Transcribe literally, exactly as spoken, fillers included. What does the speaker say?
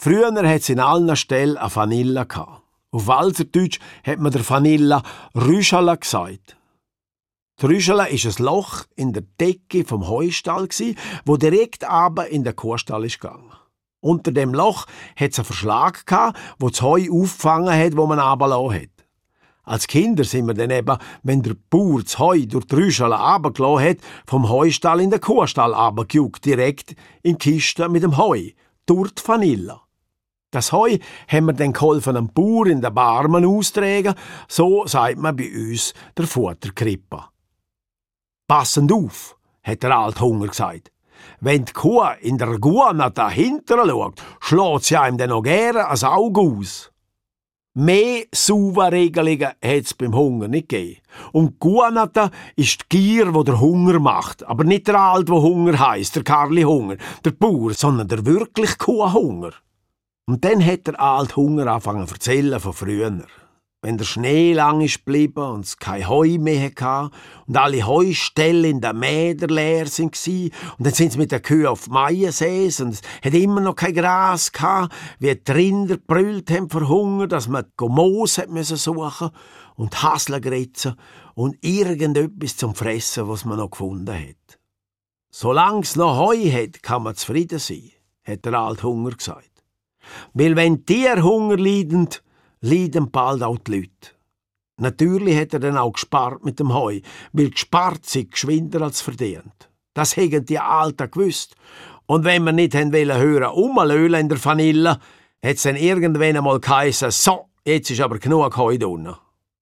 Früher hat es in allen Stellen eine Vanille gehabt. Auf Walserdeutsch hat man der Vanille Rüschala gesagt. Die Rüschala war ein Loch in der Decke vom Heustall, wo direkt aber in den Kuhstall ist gegangen. Unter dem Loch hat es einen Verschlag gehabt, wo das Heu aufgefangen hat, wo man runtergelassen hat. Als Kinder sind wir dann eben, wenn der Bauer das Heu durch die Rüschala runtergelassen hat, vom Heustall in den Kuhstall runtergejuckt, direkt in die Kiste mit dem Heu, durch die Vanille. Das Heu haben wir dann geholfen, am Bauer in den Barmen austragen, so sagt man bei uns der Futterkrippe. Passend auf, hat der alte Hunger gesagt. Wenn die Kuh in der Guana dahinter schaut, schlägt sie einem dann noch gerne ein Auge aus. Mehr Sauberregelungen hat es beim Hunger nicht gegeben. Und Guanata ist die Gier, die der Hunger macht. Aber nicht der Alte, der Hunger heisst, der Karli Hunger, der Bauer, sondern der wirklich Kuhhunger. Und dann hat der alte Hunger angefangen zu erzählen von früher. Wenn der Schnee lang ist geblieben und es kein Heu mehr hatte und alle Heustellen in den Mädern leer waren und dann sind sie mit den Kühen auf die Maiensees und es hat immer noch kein Gras gehabt, wie die Rinder brüllt haben vor Hunger, dass man Moos hat müssen suchen und Hasle gritzen und irgendetwas zum Fressen, was man noch gefunden hat. Solange es noch Heu hat, kann man zufrieden sein, hat der alte Hunger gesagt. Weil wenn die Tiere Hunger leiden, leiden bald auch die Leute. Natürlich hat er dann auch gespart mit dem Heu, weil gespart sei geschwinder als verdient. Das hätten die Alten gewusst. Und wenn wir nicht hören wollen, umlölen in der Vanille, hat es dann irgendwann einmal geheissen, so, jetzt ist aber genug Heu drinnen.